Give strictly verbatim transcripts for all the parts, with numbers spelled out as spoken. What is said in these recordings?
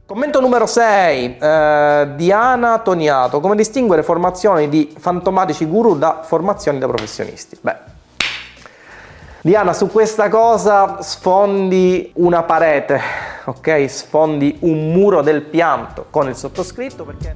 Commento numero sei, eh, Diana Toniato, come distinguere formazioni di fantomatici guru da formazioni da professionisti? Beh, Diana, su questa cosa sfondi una parete, ok? Sfondi un muro del pianto con il sottoscritto perché...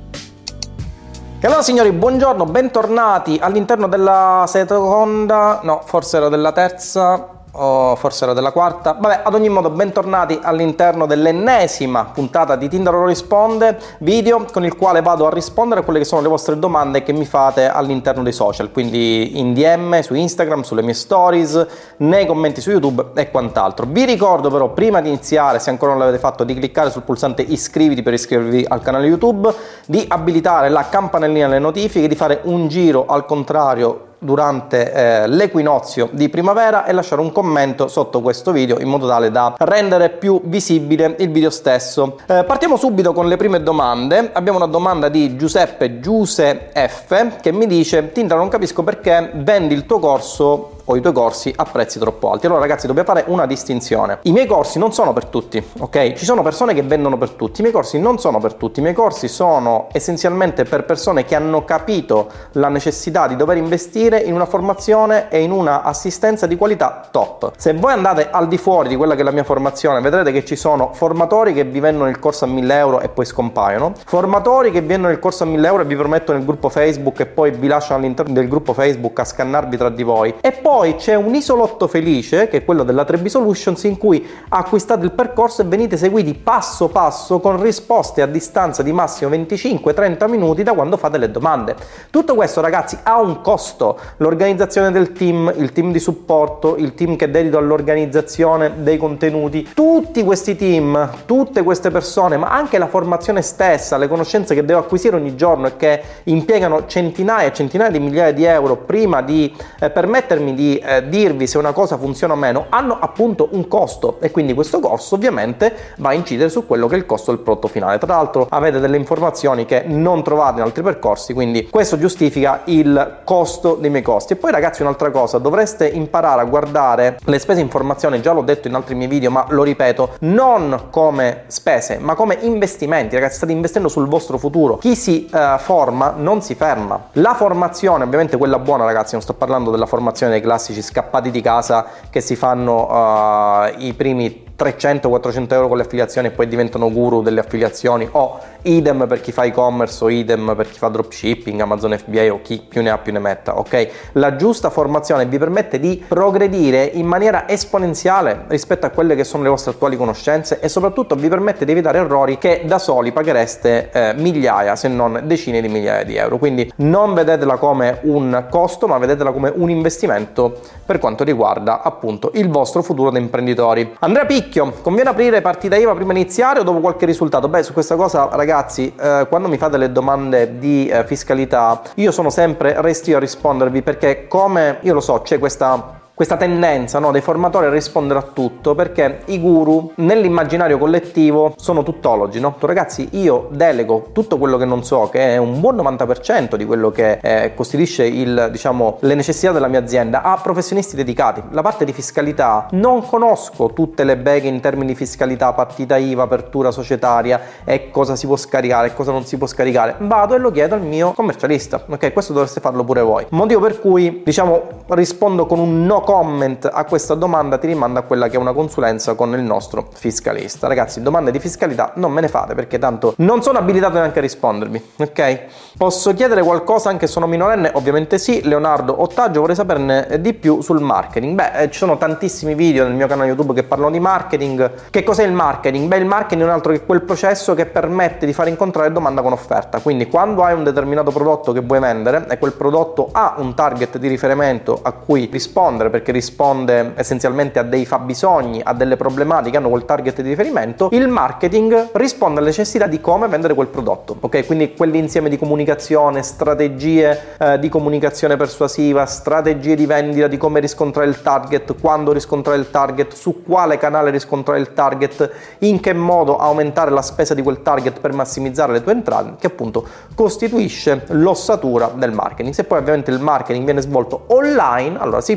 E allora signori, buongiorno, bentornati all'interno della seconda, no, forse era della terza... o forse era della quarta, vabbè, ad ogni modo bentornati all'interno dell'ennesima puntata di Tindaro Risponde, video con il quale vado a rispondere a quelle che sono le vostre domande che mi fate all'interno dei social, quindi in D M, su Instagram, sulle mie stories, nei commenti su YouTube e quant'altro. Vi ricordo però, prima di iniziare, se ancora non l'avete fatto, di cliccare sul pulsante iscriviti per iscrivervi al canale YouTube, di abilitare la campanellina delle notifiche, di fare un giro al contrario durante eh, l'equinozio di primavera e lasciare un commento sotto questo video in modo tale da rendere più visibile il video stesso. Eh, partiamo subito con le prime domande. Abbiamo una domanda di Giuseppe Giuse F che mi dice: Tindaro, non capisco perché vendi il tuo corso o i tuoi corsi a prezzi troppo alti. Allora ragazzi, dobbiamo fare una distinzione. I miei corsi non sono per tutti, ok? Ci sono persone che vendono per tutti, i miei corsi non sono per tutti, i miei corsi sono essenzialmente per persone che hanno capito la necessità di dover investire in una formazione e in una assistenza di qualità top. Se voi andate al di fuori di quella che è la mia formazione, vedrete che ci sono formatori che vi vendono il corso a mille euro e poi scompaiono, formatori che vi vendono il corso a mille euro e vi permettono il gruppo Facebook e poi vi lasciano all'interno del gruppo Facebook a scannarvi tra di voi, e poi Poi c'è un isolotto felice, che è quello della tre B Solutions, in cui acquistate il percorso e venite seguiti passo passo con risposte a distanza di massimo venticinque trenta minuti da quando fate le domande. Tutto questo ragazzi ha un costo: l'organizzazione del team, il team di supporto, il team che dedico all'organizzazione dei contenuti, tutti questi team, tutte queste persone, ma anche la formazione stessa, le conoscenze che devo acquisire ogni giorno e che impiegano centinaia e centinaia di migliaia di euro prima di eh, permettermi di di eh, dirvi se una cosa funziona o meno, hanno appunto un costo, e quindi questo costo ovviamente va a incidere su quello che è il costo del prodotto finale. Tra l'altro avete delle informazioni che non trovate in altri percorsi, quindi questo giustifica il costo dei miei costi. E poi ragazzi, un'altra cosa, dovreste imparare a guardare le spese in formazione, già l'ho detto in altri miei video ma lo ripeto, non come spese ma come investimenti. Ragazzi, state investendo sul vostro futuro. Chi si eh, forma non si ferma. La formazione, ovviamente quella buona ragazzi, non sto parlando della formazione dei classici scappati di casa che si fanno uh, i primi trecento quattrocento euro con le affiliazioni e poi diventano guru delle affiliazioni, o idem per chi fa e-commerce o idem per chi fa dropshipping, Amazon F B A o chi più ne ha più ne metta, ok? La giusta formazione vi permette di progredire in maniera esponenziale rispetto a quelle che sono le vostre attuali conoscenze e soprattutto vi permette di evitare errori che da soli paghereste eh, migliaia se non decine di migliaia di euro. Quindi non vedetela come un costo ma vedetela come un investimento per quanto riguarda appunto il vostro futuro da imprenditori. Andrea Picchio: conviene aprire partita I V A prima di iniziare o dopo qualche risultato? Beh, su questa cosa ragazzi, eh, quando mi fate le domande di eh, fiscalità, io sono sempre restio a rispondervi, perché come io lo so c'è questa questa tendenza, no, dei formatori a rispondere a tutto, perché i guru nell'immaginario collettivo sono tuttologi, no? Ragazzi, io delego tutto quello che non so, che è un buon novanta per cento di quello che eh, costituisce il, diciamo, le necessità della mia azienda, a professionisti dedicati. La parte di fiscalità non conosco tutte le beghe in termini di fiscalità, partita I V A, apertura societaria e cosa si può scaricare e cosa non si può scaricare. Vado e lo chiedo al mio commercialista, ok? Questo dovreste farlo pure voi. Motivo per cui, diciamo, rispondo con un no comment a questa domanda, ti rimanda a quella che è una consulenza con il nostro fiscalista. Ragazzi, domande di fiscalità non me ne fate, perché tanto non sono abilitato neanche a rispondervi, ok? Posso chiedere qualcosa anche se sono minorenne? Ovviamente sì. Leonardo Ottaggio: vorrei saperne di più sul marketing. Beh, ci sono tantissimi video nel mio canale YouTube che parlano di marketing. Che cos'è il marketing? Beh, il marketing non è altro che quel processo che permette di fare incontrare domanda con offerta. Quindi quando hai un determinato prodotto che vuoi vendere e quel prodotto ha un target di riferimento a cui rispondere, perché risponde essenzialmente a dei fabbisogni, a delle problematiche, hanno quel target di riferimento, il marketing risponde alle necessità di come vendere quel prodotto, ok? Quindi quell'insieme di comunicazione, strategie eh, di comunicazione persuasiva, strategie di vendita, di come riscontrare il target, quando riscontrare il target, su quale canale riscontrare il target, in che modo aumentare la spesa di quel target per massimizzare le tue entrate, che appunto costituisce l'ossatura del marketing. Se poi ovviamente il marketing viene svolto online, allora si parla di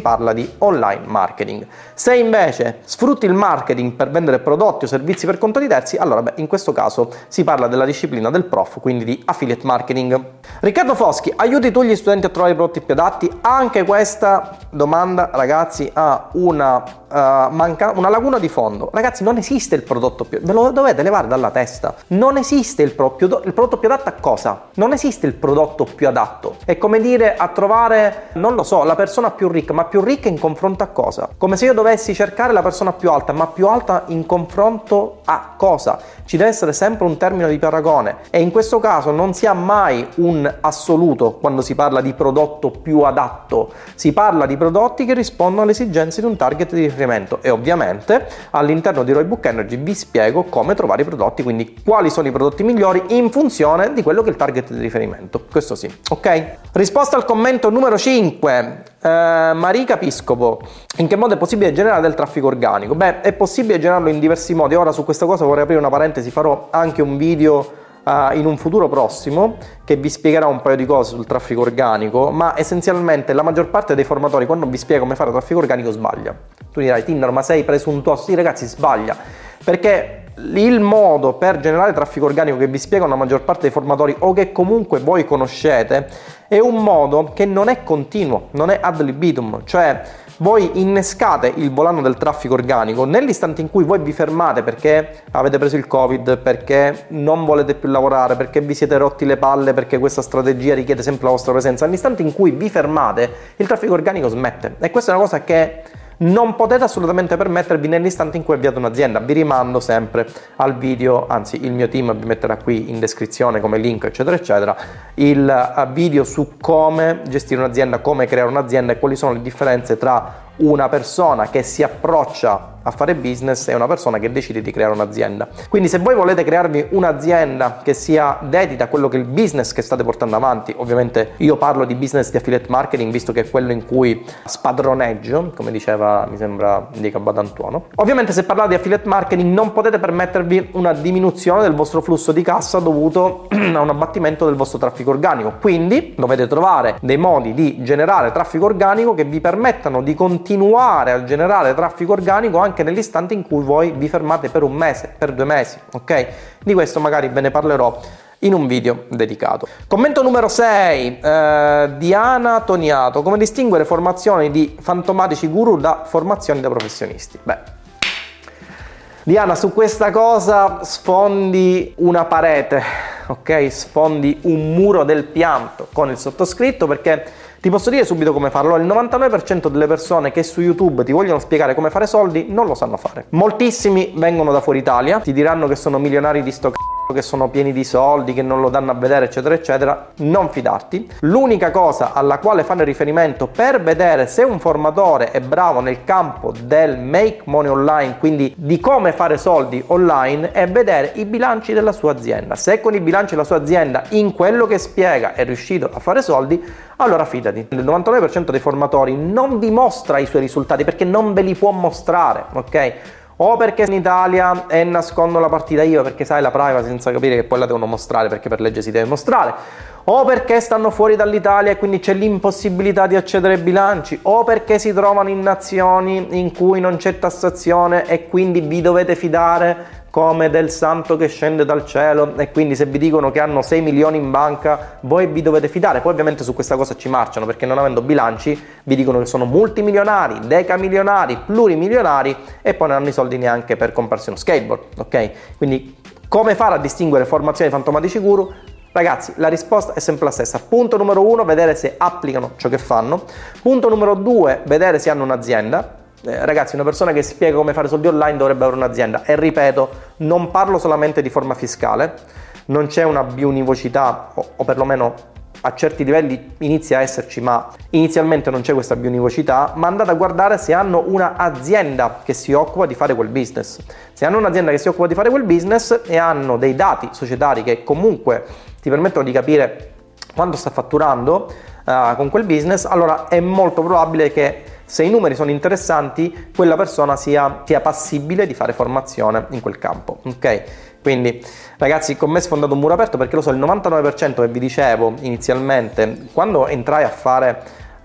di online marketing. Se invece sfrutti il marketing per vendere prodotti o servizi per conto di terzi, allora beh, in questo caso si parla della disciplina del prof, quindi di affiliate marketing. Riccardo Foschi, aiuti tu gli studenti a trovare i prodotti più adatti? Anche questa domanda, ragazzi, ha una, uh, manca- una laguna di fondo. Ragazzi, non esiste il prodotto più... Ve lo dovete levare dalla testa. Non esiste il, pro- più do- il prodotto più adatto a cosa? Non esiste il prodotto più adatto. È come dire a trovare, non lo so, la persona più ricca, ma più ricca in confronto a cosa? Come se io dovessi cercare la persona più alta, ma più alta in confronto a cosa? Ci deve essere sempre un termine di paragone e in questo caso non si ha mai un assoluto quando si parla di prodotto più adatto. Si parla di prodotti che rispondono alle esigenze di un target di riferimento e ovviamente all'interno di Roybook Energy vi spiego come trovare i prodotti, quindi quali sono i prodotti migliori in funzione di quello che è il target di riferimento. Questo sì, ok? Risposta al commento numero cinque. Uh, Marica Piscopo, in che modo è possibile generare del traffico organico? Beh, è possibile generarlo in diversi modi. Ora su questa cosa vorrei aprire una parentesi, farò anche un video uh, in un futuro prossimo che vi spiegherà un paio di cose sul traffico organico, ma essenzialmente la maggior parte dei formatori quando vi spiega come fare traffico organico sbaglia. Tu dirai, Tinder, ma sei presuntuoso? Sì ragazzi, sbaglia, perché il modo per generare traffico organico che vi spiegano la maggior parte dei formatori o che comunque voi conoscete è un modo che non è continuo, non è ad libitum, cioè voi innescate il volano del traffico organico nell'istante in cui voi vi fermate perché avete preso il Covid, perché non volete più lavorare, perché vi siete rotti le palle, perché questa strategia richiede sempre la vostra presenza. Nell'istante in cui vi fermate il traffico organico smette e questa è una cosa che non potete assolutamente permettervi nell'istante in cui avviate un'azienda. Vi rimando sempre al video, anzi il mio team vi metterà qui in descrizione come link eccetera eccetera, il video su come gestire un'azienda, come creare un'azienda e quali sono le differenze tra una persona che si approccia a fare business e una persona che decide di creare un'azienda. Quindi se voi volete crearvi un'azienda che sia dedita a quello che è il business che state portando avanti, ovviamente io parlo di business di affiliate marketing visto che è quello in cui spadroneggio, come diceva mi sembra Dica Badantuono. Ovviamente se parlate di affiliate marketing non potete permettervi una diminuzione del vostro flusso di cassa dovuto a un abbattimento del vostro traffico organico, quindi dovete trovare dei modi di generare traffico organico che vi permettano di continuare a generare traffico organico anche nell'istante in cui voi vi fermate per un mese, per due mesi, ok? Di questo magari ve ne parlerò in un video dedicato. Commento numero sei, eh, Diana Toniato, come distinguere formazioni di fantomatici guru da formazioni da professionisti? Beh, Diana, su questa cosa sfondi una parete, ok? Sfondi un muro del pianto con il sottoscritto, perché ti posso dire subito come farlo. Il novantanove per cento delle persone che su YouTube ti vogliono spiegare come fare soldi non lo sanno fare. Moltissimi vengono da fuori Italia, ti diranno che sono milionari di sto c***o, che sono pieni di soldi, che non lo danno a vedere eccetera eccetera. Non fidarti. L'unica cosa alla quale fare riferimento per vedere se un formatore è bravo nel campo del make money online, quindi di come fare soldi online, è vedere i bilanci della sua azienda. Se con i bilanci della sua azienda in quello che spiega è riuscito a fare soldi, allora fidati. Il novantanove per cento dei formatori non vi mostra i suoi risultati perché non ve li può mostrare, ok? O perché in Italia e nascondono la partita I V A perché sai la privacy, senza capire che poi la devono mostrare perché per legge si deve mostrare, o perché stanno fuori dall'Italia e quindi c'è l'impossibilità di accedere ai bilanci, o perché si trovano in nazioni in cui non c'è tassazione e quindi vi dovete fidare come del santo che scende dal cielo e quindi se vi dicono che hanno sei milioni in banca voi vi dovete fidare. Poi ovviamente su questa cosa ci marciano perché non avendo bilanci vi dicono che sono multimilionari, decamilionari, plurimilionari e poi non hanno i soldi neanche per comprarsi uno skateboard, ok? Quindi come fare a distinguere formazioni fantomatici guru? Ragazzi, la risposta è sempre la stessa. Punto numero uno, vedere se applicano ciò che fanno. Punto numero due, vedere se hanno un'azienda. Eh, ragazzi, una persona che spiega come fare soldi online dovrebbe avere un'azienda e ripeto, non parlo solamente di forma fiscale, non c'è una biunivocità o, o perlomeno a certi livelli inizia a esserci, ma inizialmente non c'è questa biunivocità, ma andate a guardare se hanno un'azienda che si occupa di fare quel business. Se hanno un'azienda che si occupa di fare quel business e hanno dei dati societari che comunque ti permettono di capire quanto sta fatturando uh, con quel business, allora è molto probabile che se i numeri sono interessanti, quella persona sia, sia passibile di fare formazione in quel campo, ok? Quindi, ragazzi, con me è sfondato un muro aperto perché lo so, il novantanove per cento che vi dicevo inizialmente, quando entrai a fare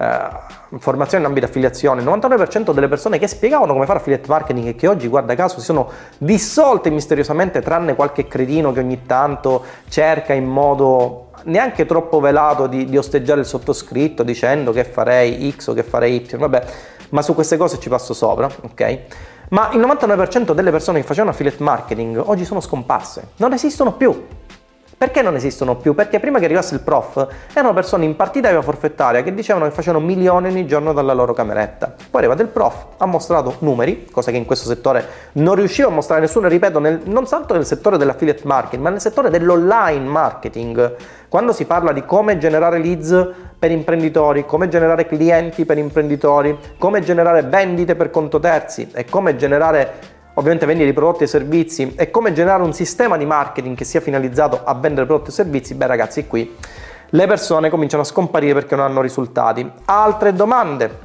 eh, formazione in ambito affiliazione, il novantanove per cento delle persone che spiegavano come fare affiliate marketing e che oggi, guarda caso, si sono dissolte misteriosamente, tranne qualche cretino che ogni tanto cerca in modo neanche troppo velato di, di osteggiare il sottoscritto dicendo che farei X o che farei Y, vabbè, ma su queste cose ci passo sopra, ok? Ma il novantanove per cento delle persone che facevano affiliate marketing oggi sono scomparse, non esistono più. Perché non esistono più? Perché prima che arrivasse il prof erano persone in partita I V A forfettaria che dicevano che facevano milioni ogni giorno dalla loro cameretta. Poi arriva del prof, ha mostrato numeri, cosa che in questo settore non riusciva a mostrare nessuno, ripeto, nel, non tanto nel settore dell'affiliate marketing, ma nel settore dell'online marketing. Quando si parla di come generare leads per imprenditori, come generare clienti per imprenditori, come generare vendite per conto terzi e come generare ovviamente vendere i prodotti e servizi e come generare un sistema di marketing che sia finalizzato a vendere prodotti e servizi, beh ragazzi, qui le persone cominciano a scomparire perché non hanno risultati. Altre domande.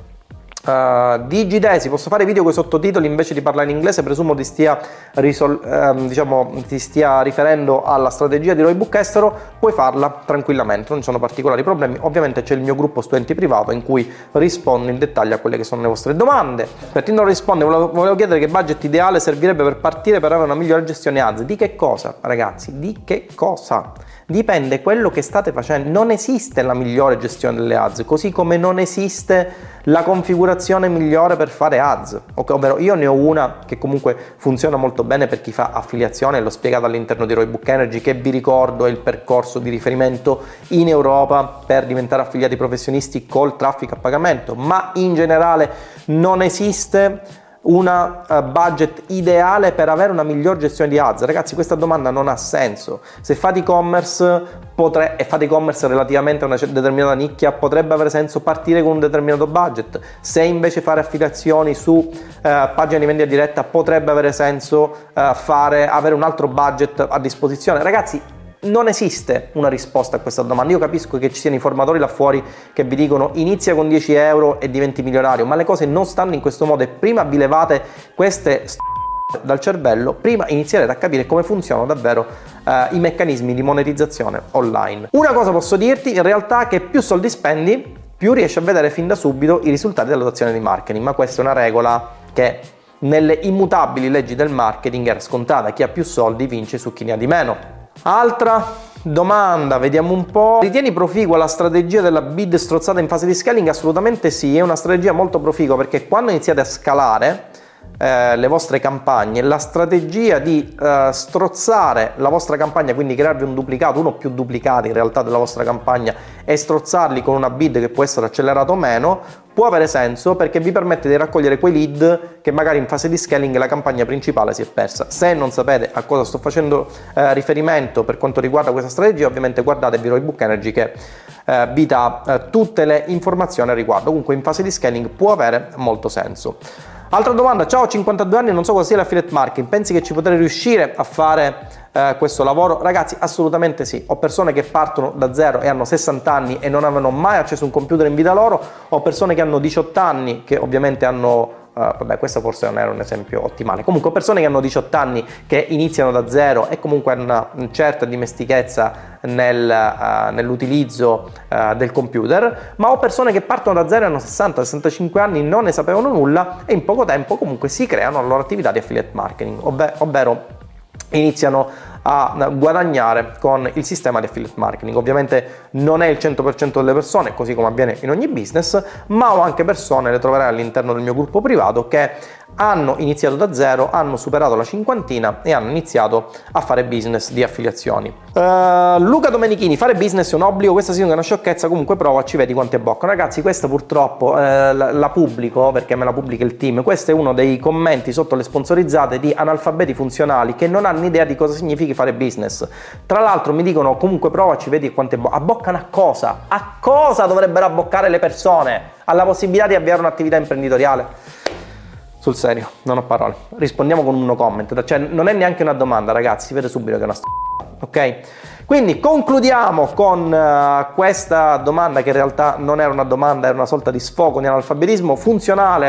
Uh, Digidesi, posso fare video con i sottotitoli invece di parlare in inglese? Presumo ti stia, risol- ehm, diciamo, ti stia riferendo alla strategia di Roybook Estero. Puoi farla tranquillamente, non ci sono particolari problemi. Ovviamente c'è il mio gruppo studenti privato in cui rispondo in dettaglio a quelle che sono le vostre domande. Per chi non risponde, volevo, volevo chiedere che budget ideale servirebbe per partire per avere una migliore gestione ads. Di che cosa, ragazzi? Di che cosa? Dipende quello che state facendo. Non esiste la migliore gestione delle ads, così come non esiste la configurazione migliore per fare ads, ovvero io ne ho una che comunque funziona molto bene per chi fa affiliazione, l'ho spiegato all'interno di Roybook Energy, che vi ricordo è il percorso di riferimento in Europa per diventare affiliati professionisti col traffico a pagamento, ma in generale non esiste una uh, budget ideale per avere una miglior gestione di ads. Ragazzi, questa domanda non ha senso. Se fate e-commerce potre- e fate e-commerce relativamente a una determinata nicchia, potrebbe avere senso partire con un determinato budget. Se invece fare affiliazioni su uh, pagine di vendita diretta, potrebbe avere senso uh, fare, avere un altro budget a disposizione. Ragazzi, non esiste una risposta a questa domanda. Io capisco che ci siano i formatori là fuori che vi dicono inizia con dieci euro e diventi milionario, ma le cose non stanno in questo modo e prima vi levate queste st- dal cervello, prima inizierete a capire come funzionano davvero eh, i meccanismi di monetizzazione online. Una cosa posso dirti in realtà, che più soldi spendi, più riesci a vedere fin da subito i risultati della tua azione di marketing, ma questa è una regola che nelle immutabili leggi del marketing era scontata: chi ha più soldi vince su chi ne ha di meno. Altra domanda, vediamo un po'. Ritieni proficua la strategia della bid strozzata in fase di scaling? Assolutamente sì, è una strategia molto proficua, perché quando iniziate a scalare eh, le vostre campagne, la strategia di eh, strozzare la vostra campagna, quindi crearvi un duplicato, uno o più duplicati in realtà della vostra campagna, e strozzarli con una bid che può essere accelerato o meno, può avere senso, perché vi permette di raccogliere quei lead che magari in fase di scaling la campagna principale si è persa. Se non sapete a cosa sto facendo eh, riferimento per quanto riguarda questa strategia, ovviamente guardatevi Roybook Energy che eh, vi dà eh, tutte le informazioni al riguardo. Comunque in fase di scaling può avere molto senso. Altra domanda: ciao, ho cinquantadue anni e non so cosa sia l'affiliate marketing, pensi che ci potrei riuscire a fare eh, questo lavoro? Ragazzi, assolutamente sì. Ho persone che partono da zero e hanno sessanta anni e non avevano mai acceso un computer in vita loro, ho persone che hanno diciotto anni che ovviamente hanno Uh, vabbè, questo forse non era un esempio ottimale. Comunque, persone che hanno diciotto anni, che iniziano da zero e comunque hanno una certa dimestichezza nel, uh, nell'utilizzo uh, del computer, ma ho persone che partono da zero e hanno sessanta sessantacinque anni, non ne sapevano nulla e in poco tempo comunque si creano la loro attività di affiliate marketing, ovve- ovvero iniziano a guadagnare con il sistema di affiliate marketing. Ovviamente non è il cento per cento delle persone, così come avviene in ogni business, ma ho anche persone, le troverai all'interno del mio gruppo privato, che hanno iniziato da zero, hanno superato la cinquantina e hanno iniziato a fare business di affiliazioni. Uh, Luca Domenichini: fare business è un obbligo? Questa sì è una sciocchezza, comunque provaci, vedi quanti abboccano. Ragazzi, questa purtroppo eh, la, la pubblico perché me la pubblica il team. Questo è uno dei commenti sotto le sponsorizzate di analfabeti funzionali che non hanno idea di cosa significhi fare business. Tra l'altro mi dicono comunque provaci, vedi quanti abboccano. Abboccano a cosa? A cosa dovrebbero abboccare le persone? Alla possibilità di avviare un'attività imprenditoriale? Sul serio, non ho parole. Rispondiamo con un no comment, cioè non è neanche una domanda, ragazzi, si vede subito che è una st***, ok? Quindi concludiamo con uh, questa domanda, che in realtà non era una domanda, era una sorta di sfogo di analfabetismo funzionale,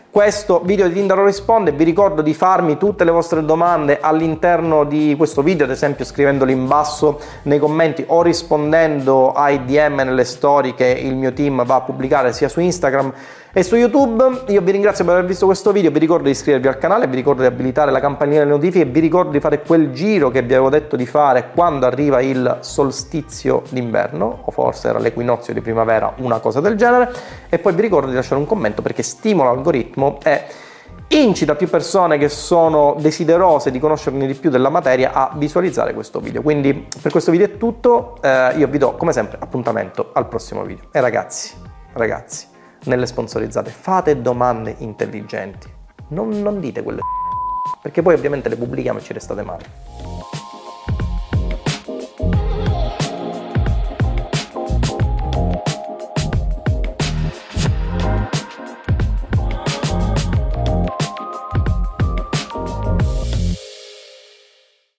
questo video di Tindaro risponde. Vi ricordo di farmi tutte le vostre domande all'interno di questo video, ad esempio scrivendoli in basso nei commenti o rispondendo ai D M nelle storie che il mio team va a pubblicare sia su Instagram e su YouTube. Io vi ringrazio per aver visto questo video, vi ricordo di iscrivervi al canale, vi ricordo di abilitare la campanella delle notifiche, vi ricordo di fare quel giro che vi avevo detto di fare quando arriva il solstizio d'inverno, o forse era l'equinozio di primavera, una cosa del genere, e poi vi ricordo di lasciare un commento perché stimola l'algoritmo e incita più persone che sono desiderose di conoscerne di più della materia a visualizzare questo video. Quindi per questo video è tutto, eh, io vi do come sempre appuntamento al prossimo video. E ragazzi, ragazzi, nelle sponsorizzate fate domande intelligenti, non, non dite quelle perché poi ovviamente le pubblichiamo e ci restate male.